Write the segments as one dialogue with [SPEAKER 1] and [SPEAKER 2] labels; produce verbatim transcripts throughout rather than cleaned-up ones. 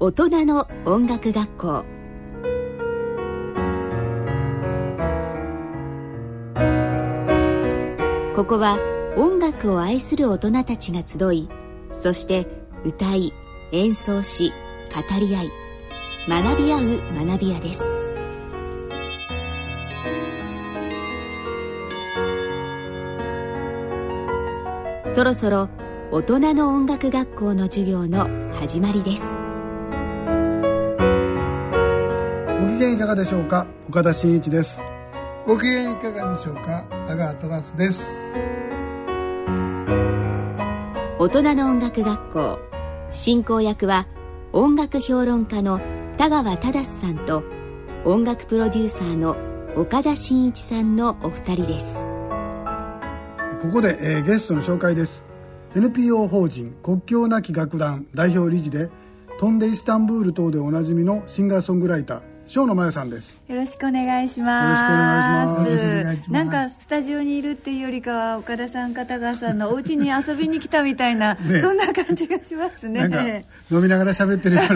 [SPEAKER 1] 大人の音楽学校。ここは音楽を愛する大人たちが集い、そして歌い、演奏し、語り合い、学び合う学び屋です。そろそろ大人の音楽学校の授業の始まりです。
[SPEAKER 2] ご機嫌いかがでしょうか。岡田真一です。
[SPEAKER 3] ご機嫌いかがでしょうか。田川忠です。
[SPEAKER 1] 大人の音楽学校進行役は音楽評論家の田川忠さんと音楽プロデューサーの岡田真一さんのお二人です。
[SPEAKER 2] ここで、えー、ゲストの紹介です。 エヌピーオー 法人国境なき楽団代表理事で飛んでイスタンブール等でおなじみのシンガーソングライター庄野真代さんです。
[SPEAKER 4] よろしくお願いします。
[SPEAKER 2] よろしくお願いします。
[SPEAKER 4] なんかスタジオにいるっていうよりかは岡田さんか田川さんのお家に遊びに来たみたいな、ね、そんな感じがしますね。
[SPEAKER 2] なんか飲みながら喋ってるような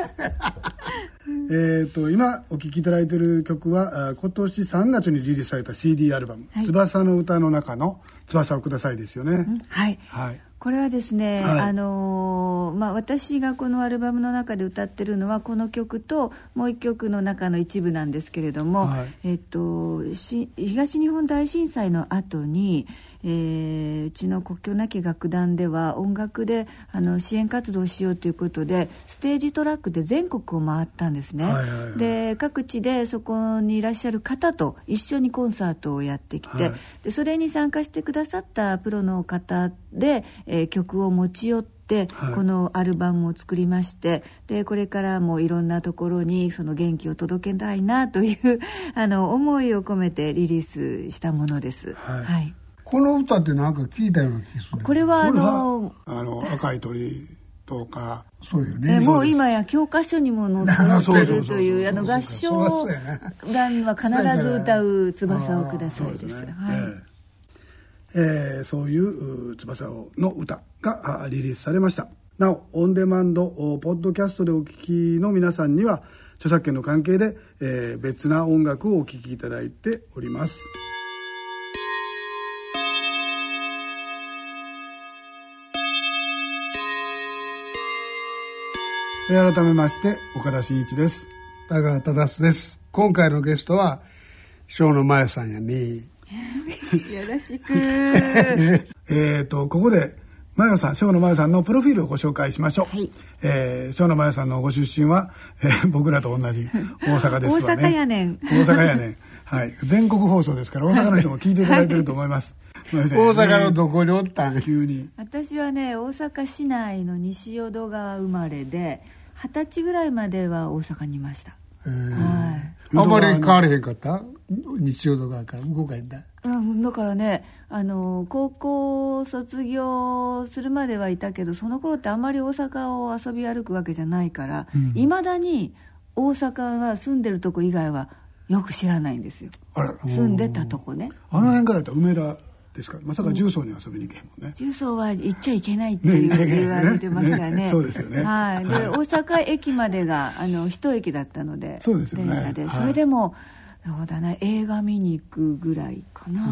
[SPEAKER 2] えと今お聴きいただいている曲は今年さんがつにリリースされた シーディー アルバム、はい、翼の歌の中の翼をくださいですよね、うん、
[SPEAKER 4] はい、はい、これはですね、はい、あのーまあ、私がこのアルバムの中で歌ってるのはこの曲ともう一曲の中の一部なんですけれども、はい、えっと、し東日本大震災の後に、えー、うちの国境なき楽団では音楽であの支援活動をしようということでステージトラックで全国を回ったんですね、はいはいはい、で各地でそこにいらっしゃる方と一緒にコンサートをやってきて、はい、でそれに参加してくださったプロの方で、えー、曲を持ち寄ってでこのアルバムを作りまして、でこれからもいろんなところにその元気を届けたいなというあの思いを込めてリリースしたものです、はいはい、
[SPEAKER 3] この歌ってなんか聞いたような気がする、ね、
[SPEAKER 4] これはあの
[SPEAKER 2] あの赤い鳥とか
[SPEAKER 3] そうよね、
[SPEAKER 4] もう今や教科書にも載ってるというあの合唱団は必ず歌う翼をくださいです。はい、
[SPEAKER 2] えー、そういう翼の歌がリリースされました。なおオンデマンドポッドキャストでお聞きの皆さんには著作権の関係で、えー、別な音楽をお聴きいただいております。改めまして岡田真一です。
[SPEAKER 3] 田川忠です。今回のゲストは庄野真代さんやね。
[SPEAKER 4] よろしく
[SPEAKER 2] えっとここで真代さん、庄野真代さんのプロフィールをご紹介しましょう、はい、えー、庄野真代さんのご出身は、えー、僕らと同じ大阪ですわね。
[SPEAKER 4] 大阪やねん
[SPEAKER 2] 大阪やねんはい、全国放送ですから大阪の人も聞いていただいてると思います、
[SPEAKER 3] はい、大阪のどこにおったん
[SPEAKER 2] 急に。
[SPEAKER 4] 私はね大阪市内の西淀川生まれで二十歳ぐらいまでは大阪にいました。
[SPEAKER 3] はい、あんまり変われへんかった日曜とかから向こうがいんだ、
[SPEAKER 4] うん、だからねあの高校卒業するまではいたけどその頃ってあんまり大阪を遊び歩くわけじゃないからいま、うん、だに大阪は住んでるとこ以外はよく知らないんですよ。
[SPEAKER 2] あら
[SPEAKER 4] 住んでたとこね。
[SPEAKER 2] あの辺からやったら梅田ですか。まさか重曹に遊びに行けへんもんね。
[SPEAKER 4] 重曹は行っちゃいけないっていう、ね、言われてましたね。ね
[SPEAKER 2] そうですよね。
[SPEAKER 4] はい。で、はい、大阪駅までがあの一駅だったので、
[SPEAKER 2] そうですよね。
[SPEAKER 4] 電車で、はい、それでもそうだな映画見に行くぐらいかな。うん。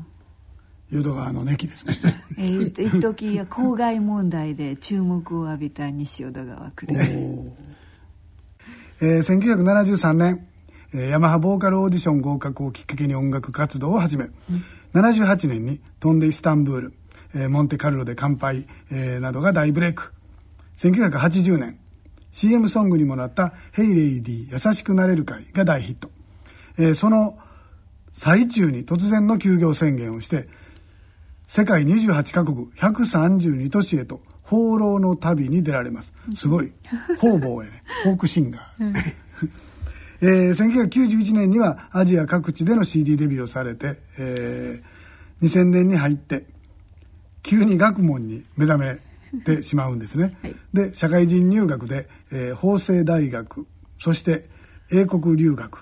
[SPEAKER 2] 淀川のnekiですね。
[SPEAKER 4] えー、一時公害問題で注目を浴びた西淀川区です。
[SPEAKER 2] えー、せんきゅうひゃくななじゅうさんねん、えー、ヤマハボーカルオーディション合格をきっかけに音楽活動を始め。うんななじゅうはちねんに飛んでイスタンブール、えー、モンテカルロで乾杯、えー、などが大ブレイク。せんきゅうひゃくはちじゅうねん シーエム ソングにもなったヘイレイディ優しくなれる会が大ヒット、えー、その最中に突然の休業宣言をして世界にじゅうはちカ国ひゃくさんじゅうに都市へと放浪の旅に出られます。すごい方々やねフォークシンガーえー、せんきゅうひゃくきゅうじゅういちねんにはアジア各地での シーディー デビューをされて、えー、にせんねんに入って急に学問に目覚めてしまうんですね、はい、で社会人入学で、えー、法政大学そして英国留学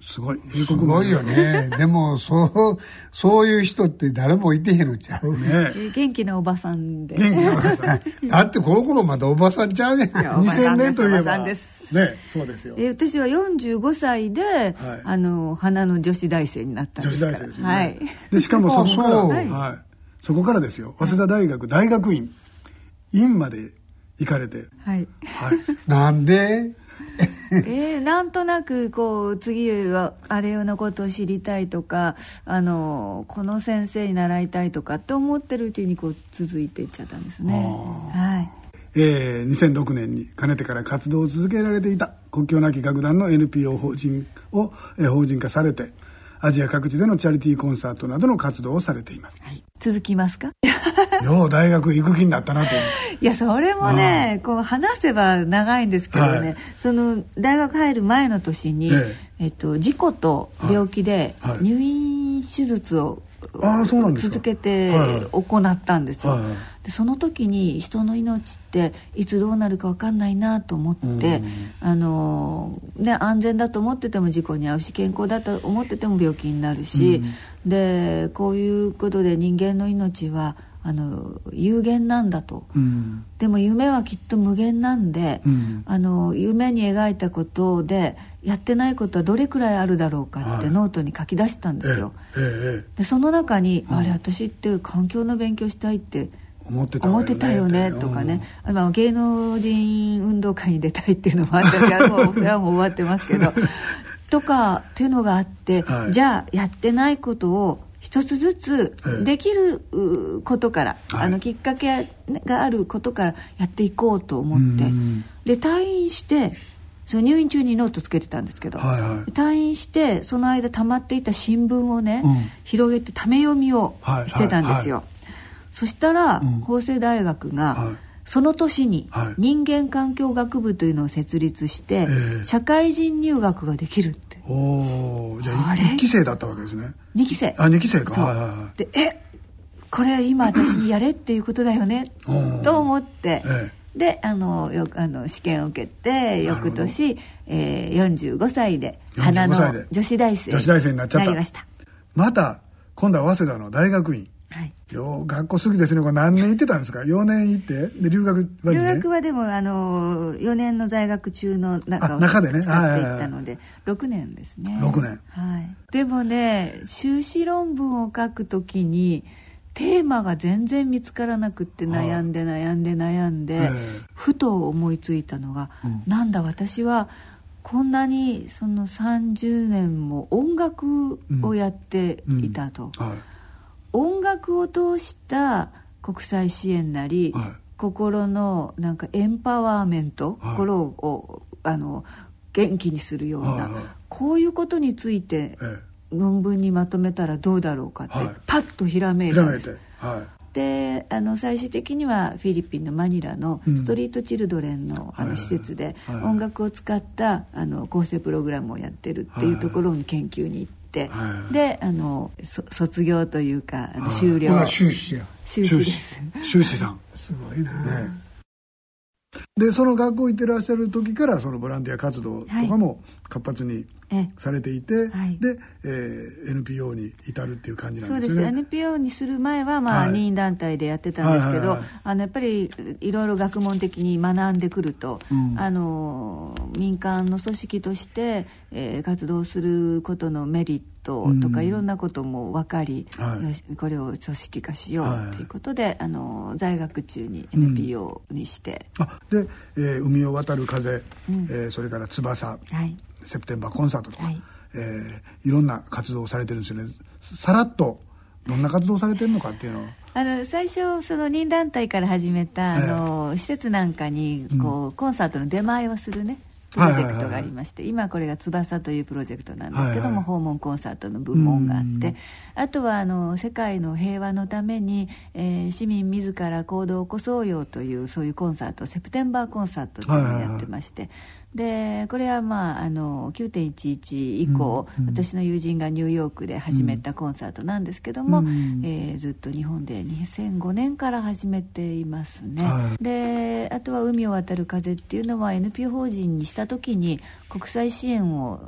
[SPEAKER 2] すごい
[SPEAKER 3] すごいよねでもそうそういう人って誰もいてへんのちゃうね
[SPEAKER 4] 元気なおばさんで
[SPEAKER 2] 元気なおばさん
[SPEAKER 3] だってこの頃まだおばさんちゃうねん
[SPEAKER 2] にせんねんといえば
[SPEAKER 4] ね
[SPEAKER 2] そうですよ。
[SPEAKER 4] え私はよんじゅうごさいで、はい、あの花の女子大生になったんですから
[SPEAKER 2] 女子大生ですよね、
[SPEAKER 4] はい、
[SPEAKER 2] でしかもそこから
[SPEAKER 3] そ,、
[SPEAKER 2] はいはい、そこからですよ早稲田大学大学院院まで行かれて、
[SPEAKER 4] はい
[SPEAKER 2] はい、
[SPEAKER 3] なんで
[SPEAKER 4] えー、なんとなくこう次はあれのことを知りたいとかあのこの先生に習いたいとかって思ってるうちにこう続いていっちゃったんですね。はい、
[SPEAKER 2] えー、にせんろくねんにかねてから活動を続けられていた国境なき楽団の エヌピーオー 法人を、えー、法人化されてアジア各地でのチャリティーコンサートなどの活動をされています、
[SPEAKER 4] はい、続きますか
[SPEAKER 2] よう大学行く気になったなと
[SPEAKER 4] いやそれもねこう話せば長いんですけどね、はい、その大学入る前の年に、えええっと、事故と病気で入院手術を、はいはい、続けて行ったんですよ、はいはい、でその時に人の命っていつどうなるか分かんないなと思って、あの、ね、安全だと思ってても事故に遭うし健康だと思ってても病気になるし、うん、でこういうことで人間の命はあの有限なんだと、うん、でも夢はきっと無限なんで、うん、あの夢に描いたことでやってないことはどれくらいあるだろうかってノートに書き出したんですよ、はいえええ、でその中に、うん、あれ私って環境の勉強したいって思ってたよ ね, 思ってたよねとかね、うん、あの芸能人運動会に出たいっていうのもあったからもうそれはもう終わってますけどとかっていうのがあって、はい、じゃあやってないことを一つずつできることから、はい、あのきっかけがあることからやっていこうと思って、で退院してその入院中にノートつけてたんですけど、はいはい、退院してその間溜まっていた新聞をね、うん、広げてため読みをしてたんですよ、はいはいはい、そしたら、うん、法政大学が、はい、その年に人間環境学部というのを設立して、はい、社会人入学ができるって。
[SPEAKER 2] おー、じゃあいっき生だったわけですね。
[SPEAKER 4] にき生。
[SPEAKER 2] あ、にき生か。はいはいはい、
[SPEAKER 4] でえこれ今私にやれっていうことだよねと思って、ええ、であのよあの試験を受けて翌年、えー、よんじゅうごさいで花の女子大生
[SPEAKER 2] 女子大生になっちゃった。
[SPEAKER 4] なりました。
[SPEAKER 2] また今度は早稲田の大学院、はい、よ学校好きですね。これ何年行ってたんですか？よねん行ってで留学はにねん。
[SPEAKER 4] 留学はでもあのよねんの在学中の中を
[SPEAKER 2] 中でね
[SPEAKER 4] 使っていったのでろくねんですね。
[SPEAKER 2] ろくねん、
[SPEAKER 4] はい、でもね修士論文を書くときにテーマが全然見つからなくって悩んで悩んで悩んで、ふと思いついたのが、うん、なんだ私はこんなにそのさんじゅうねんも音楽をやっていたと、うんうんはい、音楽を通した国際支援なり、はい、心のなんかエンパワーメント、はい、心をあの元気にするような、はい、こういうことについて、ええ論文にまとめたらどうだろうかって、はい、パッとひらめいたんです。はい、であの最終的にはフィリピンのマニラのストリートチルドレン の,、うん、あの施設で音楽を使ったあの構成プログラムをやってるっていうところに研究に行って、はい、であの卒業というかあの修了、
[SPEAKER 3] はい、修士や
[SPEAKER 4] 修士です
[SPEAKER 2] 修士さん
[SPEAKER 3] すごいな、ね、
[SPEAKER 2] でその学校行ってらっしゃる時からそのボランティア活動とかも活発にされていて、はい、で、えー、エヌピーオー に至るっていう感じなんですよね。
[SPEAKER 4] そうです。 エヌピーオー にする前は、まあ、はい、任意団体でやってたんですけど、はいはいはい、あのやっぱりいろいろ学問的に学んでくると、うん、あの民間の組織として、えー、活動することのメリットとか、うん、いろんなことも分かり、はい、よしこれを組織化しようということで、はい、あの在学中に エヌピーオー にして、
[SPEAKER 2] うん、あで、えー、海を渡る風、うん、えー、それから翼、はいセプテンバーコンサートとか、はいえー、いろんな活動をされてるんですよね。さらっとどんな活動されてるのかっていうのを
[SPEAKER 4] あの最初その任団体から始めた、えー、あの施設なんかにこう、うん、コンサートの出前をするねプロジェクトがありまして、はいはいはい、今これが翼というプロジェクトなんですけども、はいはい、訪問コンサートの部門があって、あとはあの世界の平和のために、えー、市民自ら行動を起こそうよというそういうコンサートセプテンバーコンサートというのをやってまして、はいはいはいでこれは、まあ、あの きゅうてんいちいち 以降、うんうん、私の友人がニューヨークで始めたコンサートなんですけども、うんえー、ずっと日本でにせんごねんから始めていますね、はい、であとは海を渡る風っていうのは エヌピーオー 法人にした時に国際支援を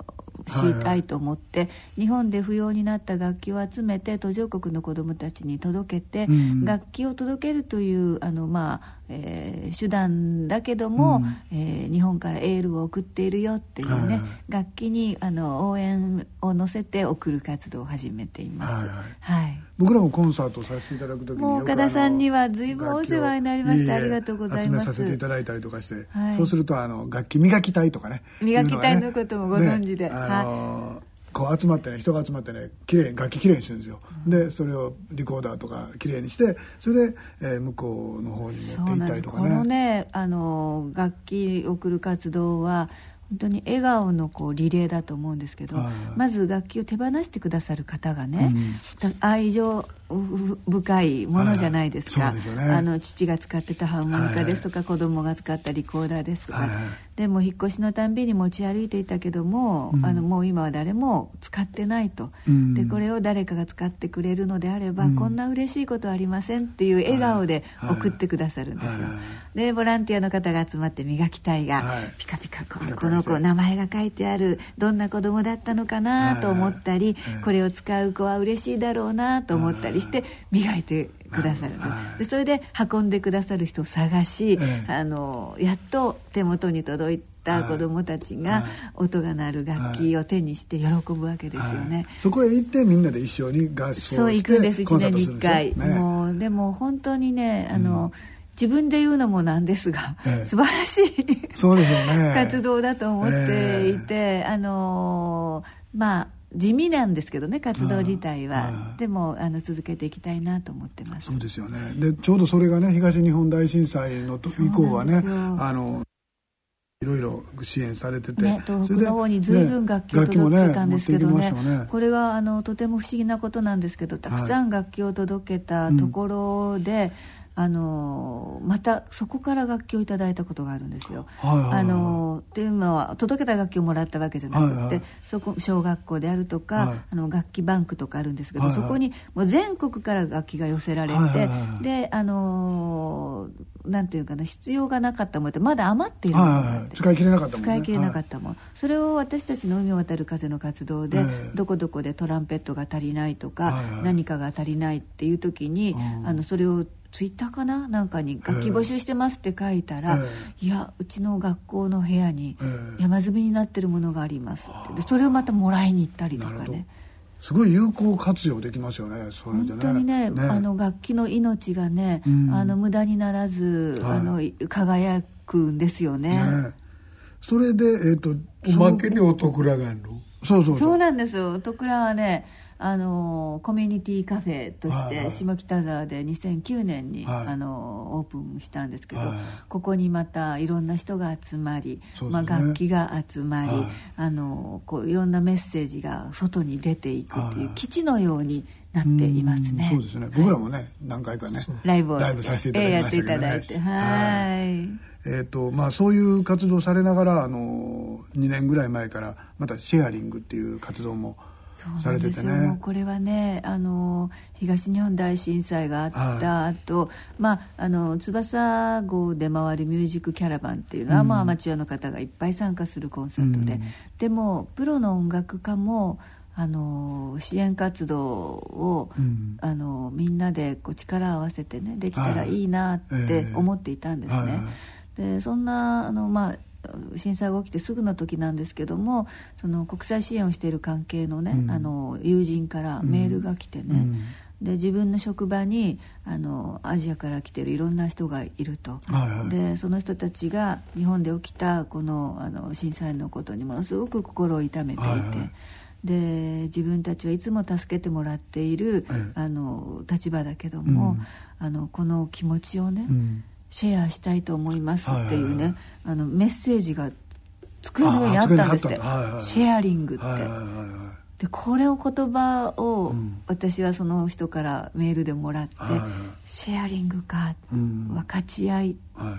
[SPEAKER 4] したいと思って、はいはい、日本で不要になった楽器を集めて途上国の子どもたちに届けて、うん、楽器を届けるというあの、まあえー、手段だけども、うん、えー、日本からエールを送っているよっていうね、はいはい、楽器にあの応援を乗せて送る活動を始めています、はいはいはい、
[SPEAKER 2] 僕らもコンサートをさせていただくときに
[SPEAKER 4] もう岡田さんには随分お世話になりました。ありがとうございます。
[SPEAKER 2] 集めさせていただいたりとかして、はい、そうするとあの楽器磨き隊とかね、
[SPEAKER 4] 磨き隊のこともご存知で、
[SPEAKER 2] ね、あのーはい、こう集まってね、人が集まってね、きれい楽器きれいにしてるんですよ、うん、でそれをリコーダーとかきれいにして、それで、えー、向こうの方に持っていったりとかね。
[SPEAKER 4] このね、あの楽器を送る活動は本当に笑顔のこうリレーだと思うんですけど、はいはい、まず楽器を手放してくださる方がね、うん、愛情深いものじゃないですか、はいはい、ね、あの父が使ってたハーモニカですとか、はいはい、子供が使ったリコーダーですとか、はいはい、でも引っ越しのたんびに持ち歩いていたけども、うん、あのもう今は誰も使ってないと、うん、でこれを誰かが使ってくれるのであれば、うん、こんな嬉しいことはありませんっていう笑顔で送ってくださるんですよ、はいはいはい、でボランティアの方が集まって磨き隊が、はい、ピカピカこのこの子名前が書いてある、どんな子供だったのかなと思ったり、はいはい、これを使う子は嬉しいだろうなと思ったりして磨いてくださる、はい、でそれで運んでくださる人を探し、はい、あのやっと手元に届いた子どもたちが音が鳴る楽器を手にして喜ぶわけですよね、はいはい、
[SPEAKER 2] そこへ行ってみんなで一緒に合奏して
[SPEAKER 4] そう行くんです、いちねんにいっかい、ね、もうでも本当にね、あの、うん、自分で言うのもなんですが、ええ、素晴らしいそうですよ、ね、活動だと思っていて、えー、あのまあ地味なんですけどね、活動自体は。でもあの続けていきたいなと思ってます。
[SPEAKER 2] そうですよね。でちょうどそれがね、東日本大震災の以降はね、あのいろいろ支援されてて、
[SPEAKER 4] ね、東北の方に随分楽器を届けたんですけど ね, ね, ねこれがあのとても不思議なことなんですけど、たくさん楽器を届けたところで、はい、うん、あのまたそこから楽器をいただいたことがあるんですよ、はいはいはい、あのっていうのは届けた楽器をもらったわけじゃなくて、はいはい、そこ小学校であるとか、はい、あの楽器バンクとかあるんですけど、はいはい、そこにもう全国から楽器が寄せられて、はいはいはい、であのなんていうかな、必要がなかったものってまだ余っているものがあって、はいはい、
[SPEAKER 2] 使い切れなかったもんね、
[SPEAKER 4] 使い切れなかったもの、はい、それを私たちの海を渡る風の活動で、はい、どこどこでトランペットが足りないとか、はいはい、何かが足りないっていう時に、うん、あのそれをツイッターかななんかに楽器募集してますって書いたら、いやうちの学校の部屋に山積みになってるものがありますって、でそれをまたもらいに行ったりとかね、
[SPEAKER 2] すごい有効活用できますよね、それでね。
[SPEAKER 4] 本当に ね, ねあの楽器の命がね、うん、あの無駄にならず、はい、あの輝くんですよ ね, ね
[SPEAKER 2] それで、えー、と
[SPEAKER 3] おまけに音倉があるの。
[SPEAKER 2] そうそうそう、
[SPEAKER 4] そうなんですよ。音倉はね、あのコミュニティカフェとして下北沢でにせんきゅうねんに、はい、あのオープンしたんですけど、はい、ここにまたいろんな人が集まり、ね、まあ、楽器が集まり、はい、あのこういろんなメッセージが外に出ていくっていう基地のようになっていますね。
[SPEAKER 2] そうですね、僕らもね、はい、何回かね
[SPEAKER 4] ライブを
[SPEAKER 2] ライブさせていただきましたけどね、
[SPEAKER 4] やっていただいて、はい、
[SPEAKER 2] えーとまあ、そういう活動されながら、あのにねんぐらい前からまたシェアリングっていう活動もされててね。そうなんですよ。もうこれはね、あの東日本大震災があった後、はい、まあ、あの翼号で回るミュージックキャラバンっていうのは、うん、まあ、アマチュアの方がいっぱい参加するコンサートで、うん、でもプロの音楽家もあの支援活動を、うん、あのみんなでこう力を合わせてねできたらいいなって思っていたんですね、はい、えー、でそんなあの、まあ、震災が起きてすぐの時なんですけども、その国際支援をしている関係のね、うん、あの友人からメールが来てね、うん、で自分の職場にあのアジアから来ているいろんな人がいると、はいはい、でその人たちが日本で起きたこの、あの震災のことにものすごく心を痛めていて、はいはい、で自分たちはいつも助けてもらっている、はい、あの立場だけども、うん、あのこの気持ちをね、うん、シェアしたいと思いますっていうね、はいはいはい、あのメッセージが机の上にあったんですって、はいはいはい、シェアリングって、はいはいはいはい、でこれを言葉を私はその人からメールでもらって、はいはいはい、シェアリングか、うん、分かち合い、はい、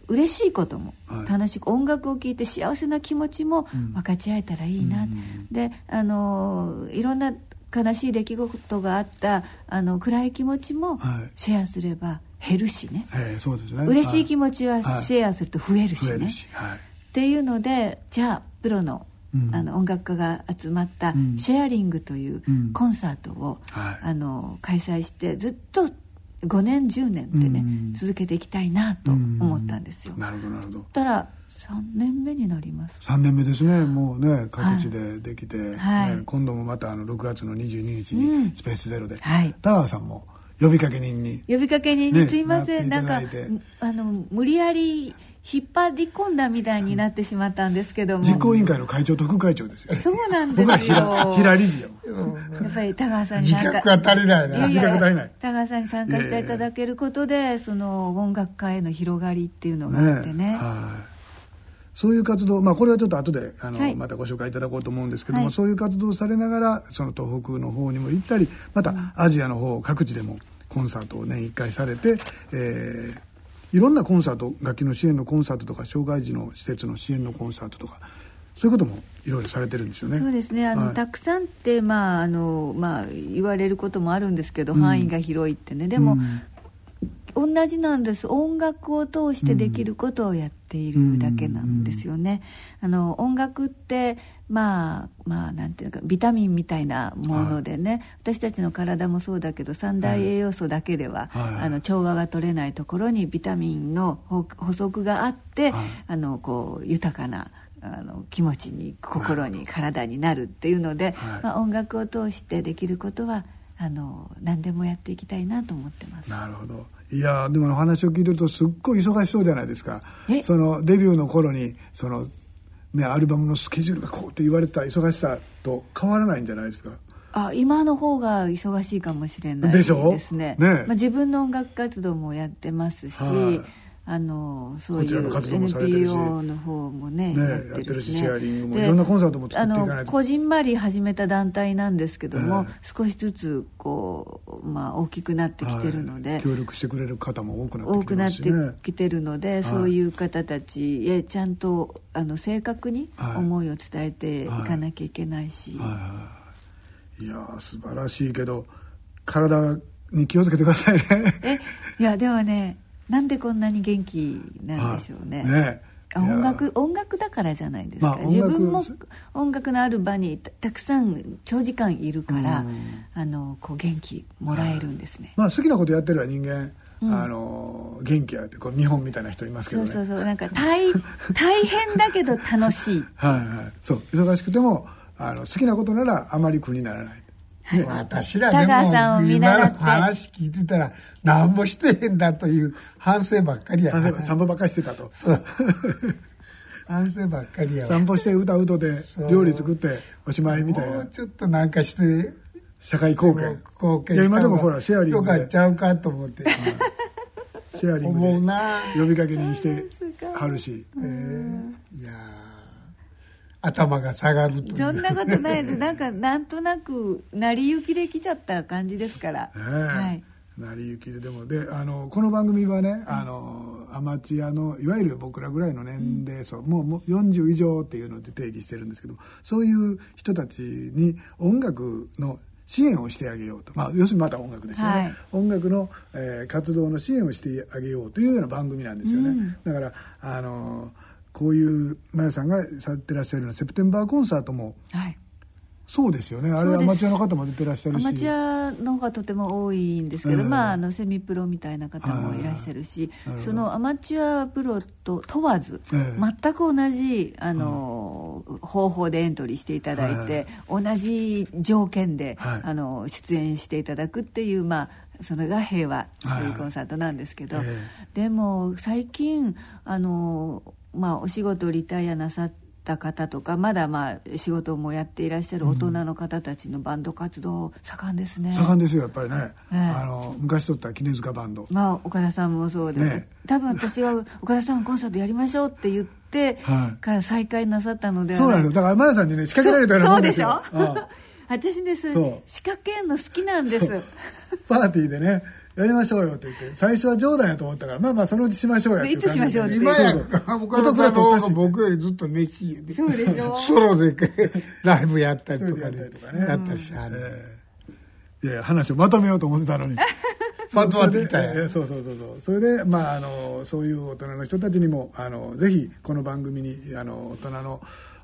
[SPEAKER 2] 嬉しいことも、はい、楽しく音楽を聴いて幸せな気持ちも分かち合えたらいいな、うん、であのいろんな悲しい出来事があったあの暗い気持ちもシェアすれば減るしね、 はい、えー、そうですね、
[SPEAKER 4] 嬉しい気持ちはシェアすると増えるしね、
[SPEAKER 2] はいはい、
[SPEAKER 4] っていうので、じゃあプロのうん、あの音楽家が集まったシェアリングというコンサートを、うんはい、あの開催してずっとごねんじゅうねんってね、うん、続けていきたいなと思ったんですよ、
[SPEAKER 2] うん、なるほどなるほど。
[SPEAKER 4] たらさんねんめになります。
[SPEAKER 2] さんねんめですね。もうね各地でできて、はいね、今度もまたあのろくがつのにじゅうににちにスペースゼロで、うんはい、田川さんも呼びかけ人に
[SPEAKER 4] 呼びかけ人に、ね、すいませんなんかあの無理やり引っ張り込んだみたいになってしまったんですけども、
[SPEAKER 2] 実行委員会の会長と副会長ですよね。
[SPEAKER 4] そうなんですよ。僕
[SPEAKER 2] は平理事よ。
[SPEAKER 4] やっぱり田川さんに
[SPEAKER 3] 自覚が足りないな。いやいや
[SPEAKER 2] 自覚足りない。
[SPEAKER 4] 田川さんに参加していただけることでその音楽家への広がりっていうのがあってね、ねはい、
[SPEAKER 2] そういう活動、まあ、これはちょっと後であの、はい、またご紹介いただこうと思うんですけども、はい、そういう活動をされながらその東北の方にも行ったり、またアジアの方各地でもコンサートを年いっかいされて、えーいろんなコンサート、楽器の支援のコンサートとか障害児の施設の支援のコンサートとかそういうこともいろいろされてるんですよね。
[SPEAKER 4] そうですねあの、はい、たくさんって、まああのまあ、言われることもあるんですけど、うん、範囲が広いってねでも、うん、同じなんです。音楽を通してできることをやっているだけなんですよね、うん、あの音楽ってまあまあなんていうかビタミンみたいなものでね、はい、私たちの体もそうだけど三大栄養素だけでは、はい、あの調和が取れないところにビタミンの補足があって、はい、あのこう豊かなあの気持ちに心に体になるっていうので、はいまあ、音楽を通してできることはあの何でもやっていきたいなと思ってます。
[SPEAKER 2] なるほど。いやでもお話を聞いてるとすっごい忙しそうじゃないですか。そのデビューの頃にそのね、アルバムのスケジュールがこうって言われた忙しさと変わらないんじゃないですか。
[SPEAKER 4] あ今の方が忙しいかもしれないですね。でしょね、まあ、自分の音楽活動もやってますし、あのそういう エヌピーオー の方も ね, ねやってるし、ね、
[SPEAKER 2] シェアリングもいろんなコンサートも作っていかないと。あの
[SPEAKER 4] こじんまり始めた団体なんですけども、えー、少しずつこう、まあ、大きくなってきてるので、はい、
[SPEAKER 2] 協力してくれる方も多くなってきてますし、
[SPEAKER 4] ね、多くなってきてるので、はい、そういう方たちへちゃんとあの正確に思いを伝えていかなきゃいけないし、はいはいはい、
[SPEAKER 2] いや素晴らしいけど体に気をつけてくださいね。
[SPEAKER 4] えいやでもねなんでこんなに元気なんでしょうね。ね音楽音楽だからじゃないですか、まあ、自分も音楽のある場に た, たくさん長時間いるから、うん、あのこう元気もらえるんですね、
[SPEAKER 2] まあ、好きなことやってるは人間、うん、あの元気やってこう見本みたいな人いますけどね。
[SPEAKER 4] そうそうそうなんか 大, 大変だけど楽しい
[SPEAKER 2] はい、はい、そう忙しくてもあの好きなことならあまり苦にならない。
[SPEAKER 3] ね、私らでも今の話聞いてたら何もしてへんだという反省ばっかりやな。
[SPEAKER 2] 散歩ばっかりしてたと
[SPEAKER 3] 反省ばっかりやわ。
[SPEAKER 2] 散歩して歌うとで料理作っておしまいみたいな。もう
[SPEAKER 3] ちょっとなんかして
[SPEAKER 2] 社会貢献
[SPEAKER 3] 貢献
[SPEAKER 2] いや今でもほらシェアリングで
[SPEAKER 3] とかちゃうかと思って
[SPEAKER 2] シェアリングで呼びかけにしてはるし、え
[SPEAKER 3] ー、いや頭が下がるという。
[SPEAKER 4] そんなことないです。なんかなんとなく成り行きで来ちゃった感じですから、
[SPEAKER 2] ねはい、成り行きででもであのこの番組はね、うん、あのアマチュアのいわゆる僕らぐらいの年齢層、うん、もうもうよんじゅう以上っていうので定義してるんですけどそういう人たちに音楽の支援をしてあげようと、まあ、要するにまた音楽ですよね、はい、音楽の、えー、活動の支援をしてあげようというような番組なんですよね、うん、だからあのこういうマヤさんがされてらっしゃるようなセプテンバーコンサートも、はい、そうですよね。あれアマチュアの方も出てらっしゃるし
[SPEAKER 4] アマチュアの方がとても多いんですけど、えーまあ、あのセミプロみたいな方もいらっしゃるしそのアマチュアプロと問わず、えー、全く同じあの、うん、方法でエントリーしていただいて、はい、同じ条件で、はい、あの出演していただくっていう、まあ、それが平和というコンサートなんですけど、はいはいえー、でも最近あのまあ、お仕事をリタイアなさった方とかまだまあ仕事もやっていらっしゃる大人の方たちのバンド活動盛んですね、
[SPEAKER 2] うん、盛んですよやっぱりね、えー、あの昔撮った杵塚バンド、
[SPEAKER 4] まあ、岡田さんもそうで、ね、多分私は岡田さんコンサートやりましょうって言ってから再開なさったのではない、
[SPEAKER 2] そうなんですよ。だからマヤさんにね仕掛けられたようなもんですよ。
[SPEAKER 4] そうでしょ私ねそれ仕掛けるの好きなんです。
[SPEAKER 2] パーティーでねやりましょうよって言って最初は冗談やと思ったからまあまあそのうちしましょうやっていう感じで、
[SPEAKER 4] いつしましょうって
[SPEAKER 3] 今や岡田さんの方が僕よりずっと熱心で
[SPEAKER 4] そうでしょ
[SPEAKER 3] ソロでライブやったりとかでやったりして、
[SPEAKER 2] えー、いや話をまとめようと思ってたのに
[SPEAKER 3] まとまってきた
[SPEAKER 2] やそうそうそうそうそれでまああのそういう大人の人たちにもあのぜひこの番組にあの大人の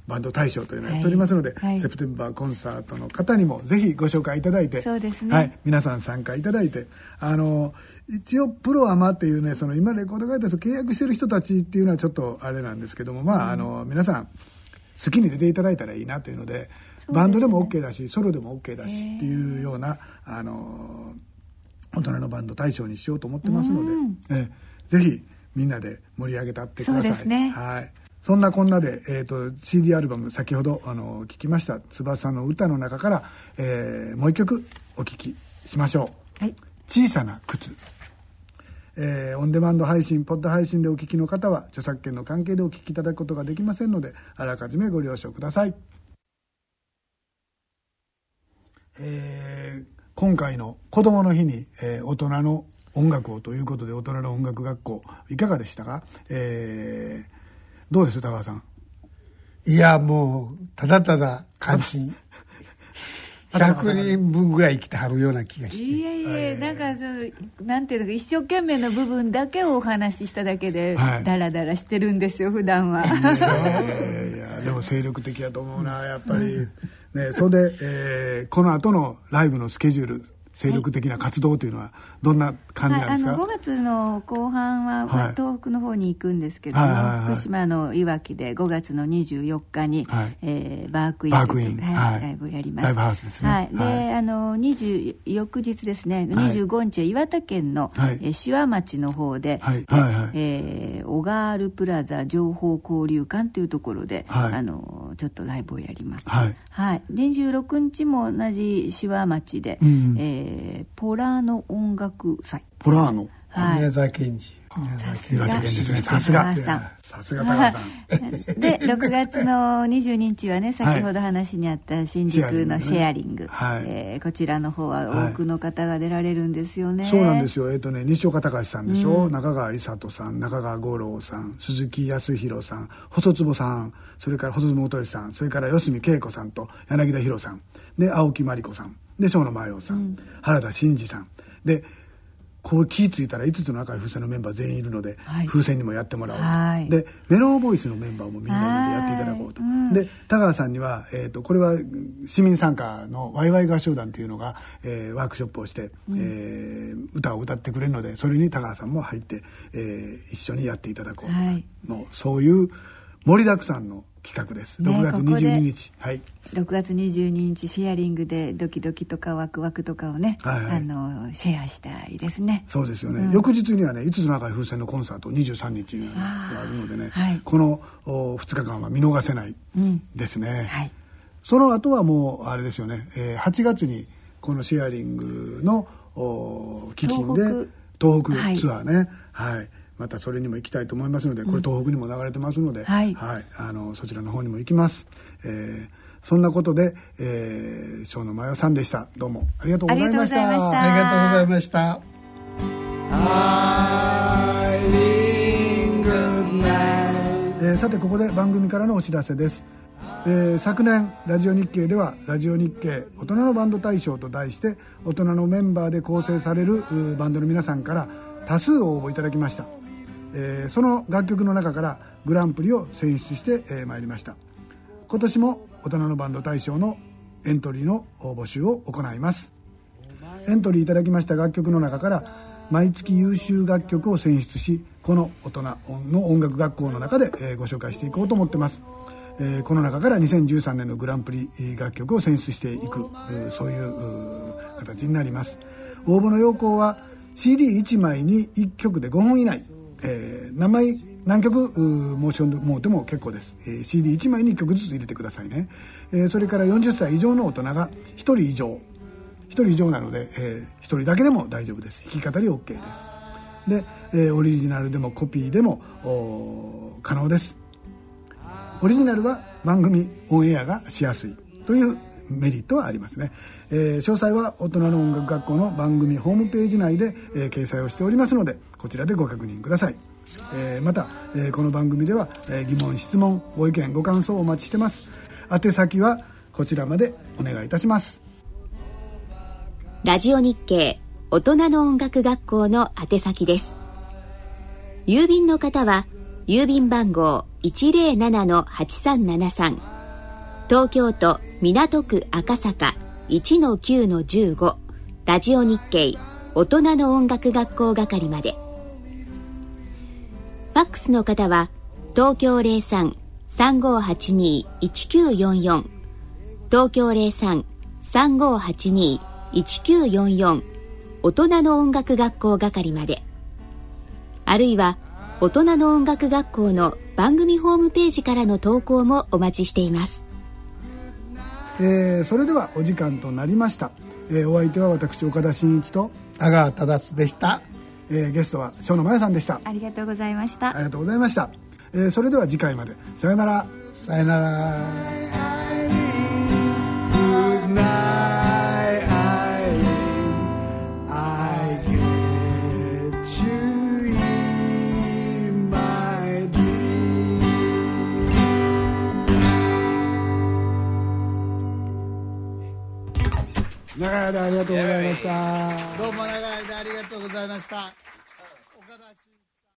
[SPEAKER 2] バンド大賞というのをやっておりますので、はいはい、セプテンバーコンサートの方にもぜひご紹介いただいて、
[SPEAKER 4] そうですね、
[SPEAKER 2] はい、皆さん参加いただいて、あの一応プロアマっていうね、その今レコード会社と契約してる人たちっていうのはちょっとあれなんですけども、まあ、うん、あの皆さん好きに出ていただいたらいいなというので、バンドでも OK だしソロでも OK だしっていうような、あの大人のバンド大賞にしようと思ってますので、えぜひみんなで盛り上げたってください。
[SPEAKER 4] そうですね、
[SPEAKER 2] はい、そんなこんなで、えー、と シーディー アルバム先ほどあの聴きました翼の歌の中から、えー、もう一曲お聴きしましょう、はい、小さな靴。えー、オンデマンド配信ポッド配信でお聴きの方は著作権の関係でお聴きいただくことができませんので、あらかじめご了承ください。えー、今回の子どもの日に、えー、大人の音楽をということで、大人の音楽学校いかがでしたか？えー、どうです高橋さん？
[SPEAKER 3] いや、もうただただ感心ひゃくにんぶんぐらい生きてはるような気がして、
[SPEAKER 4] いやいや、えー、なんかそなんていうのか、一生懸命の部分だけをお話ししただけで、はい、ダラダラしてるんですよ普段は。い
[SPEAKER 2] やいやでも精力的やと思うなやっぱりね。それで、えー、この後のライブのスケジュール、精力的な活動というのはどんな感じなんですか？はい、あの
[SPEAKER 4] ごがつの後半は、はい、東北の方に行くんですけども、はいはいはい、福島のいわきでごがつのにじゅうよっかに、はい、えー、バークイン、バークイン、はい、ライブをやります。
[SPEAKER 2] ライブハウスですね。
[SPEAKER 4] はい、で、はい、あのにじゅう翌日ですね、にじゅうごにちは岩手県の、はい、えー、志波町の方で、はいはいはい、えー、オガールプラザ情報交流館というところで、はい、あのちょっとライブをやります。はいはい、にじゅうろくにちも同じ志波町で、うん、えーえー、ポラーノ音楽祭。
[SPEAKER 2] ポラーノ、
[SPEAKER 3] はい、宮沢賢治。
[SPEAKER 4] さすが
[SPEAKER 2] さすがさすが高さん
[SPEAKER 4] でろくがつのにじゅうににちはね、先ほど話にあった新宿のシェアリング、はい、えー、こちらの方は多くの方が出られるんですよね。
[SPEAKER 2] はい、そうなんですよ。えっ、ー、とね西岡隆さんでしょ、うん、中川伊里さん、中川五郎さん、鈴木康弘さん、細坪さん、それから細坪元義さん、それから四隅恵子さんと柳田博さんで、青木真理子さんで、生野真洋さん、うん、原田真二さんで、こう気ぃついたらいつつの赤い風船のメンバー全員いるので、はい、風船にもやってもらおう、はい、でメローボイスのメンバーもみんなでやっていただこうと、うん、で田川さんには、えー、とこれは市民参加のワイワイ合唱団というのが、えー、ワークショップをして、うん、えー、歌を歌ってくれるので、それに田川さんも入って、えー、一緒にやっていただこう、はい、もうそういう盛りだくさんの企画です。ろくがつにじゅうににち、ね、はい、
[SPEAKER 4] ろくがつにじゅうににちシェアリングでドキドキとかワクワクとかをね、はいはい、あのシェアしたいですね。
[SPEAKER 2] そうですよね、うん、翌日にはねいつつの赤い風船のコンサートにじゅうさんにちにあるのでね、はい、このふつかかんは見逃せないですね、うん、はい、その後はもうあれですよね、えー、はちがつにこのシェアリングの基金で東北ツアーね、はい、はい、またそれにも行きたいと思いますので、これ東北にも流れてますので、うん、はいはい、あのそちらの方にも行きます。えー、そんなことで、えー、生野真代さんでした。どうもありがとうございました。
[SPEAKER 3] ありがとうございました。
[SPEAKER 2] えー、さてここで番組からのお知らせです。えー、昨年ラジオ日経ではラジオ日経大人のバンド大賞と題して大人のメンバーで構成されるバンドの皆さんから多数応募いただきました。えー、その楽曲の中からグランプリを選出してまい、えー、りました。今年も大人のバンド大賞のエントリーの募集を行います。エントリーいただきました楽曲の中から毎月優秀楽曲を選出し、この大人の音楽学校の中で、えー、ご紹介していこうと思ってます。えー、この中からにせんじゅうさんねんのグランプリ楽曲を選出していく、えー、そういう形になります。応募の要項は シーディーいち 枚にいっきょくでごほん以内、えー、何枚何曲申し込んでもうても結構です。えー、シーディーいち 枚にいっきょくずつ入れてくださいね。えー、それからよんじゅっさい以上の大人がひとり以上ひとり以上なので、えー、ひとりだけでも大丈夫です。弾き語り OK です。で、えー、オリジナルでもコピーでも可能です。オリジナルは番組オンエアがしやすいというメリットはありますね。えー、詳細は大人の音楽学校の番組ホームページ内で、えー、掲載をしておりますので、こちらでご確認ください。えー、また、えー、この番組では、えー、疑問質問ご意見ご感想をお待ちしてます。宛先はこちらまでお願いいたします。
[SPEAKER 1] ラジオ日経大人の音楽学校の宛先です。郵便の方は郵便番号 いちまるななのはちさんななさん東京都港区赤坂 いちのきゅうのじゅうご ラジオ日経大人の音楽学校係まで。ファックスの方は東京 ゼロさん さんごはちに いちきゅうよんよん 東京 ゼロさん さんごはちに いちきゅうよんよん 大人の音楽学校係まで、あるいは大人の音楽学校の番組ホームページからの投稿もお待ちしています。
[SPEAKER 2] えー、それではお時間となりました。えー、お相手は私岡田真一と
[SPEAKER 3] 阿川忠でした。
[SPEAKER 2] えー、ゲストは生野真也さんでした。
[SPEAKER 4] ありがとうございました。
[SPEAKER 2] ありがとうございました。えー、それでは次回まで。さよなら。
[SPEAKER 3] さよなら。
[SPEAKER 2] 長い間ありがとうございました。
[SPEAKER 3] どうも長い間ありがとうございました。岡田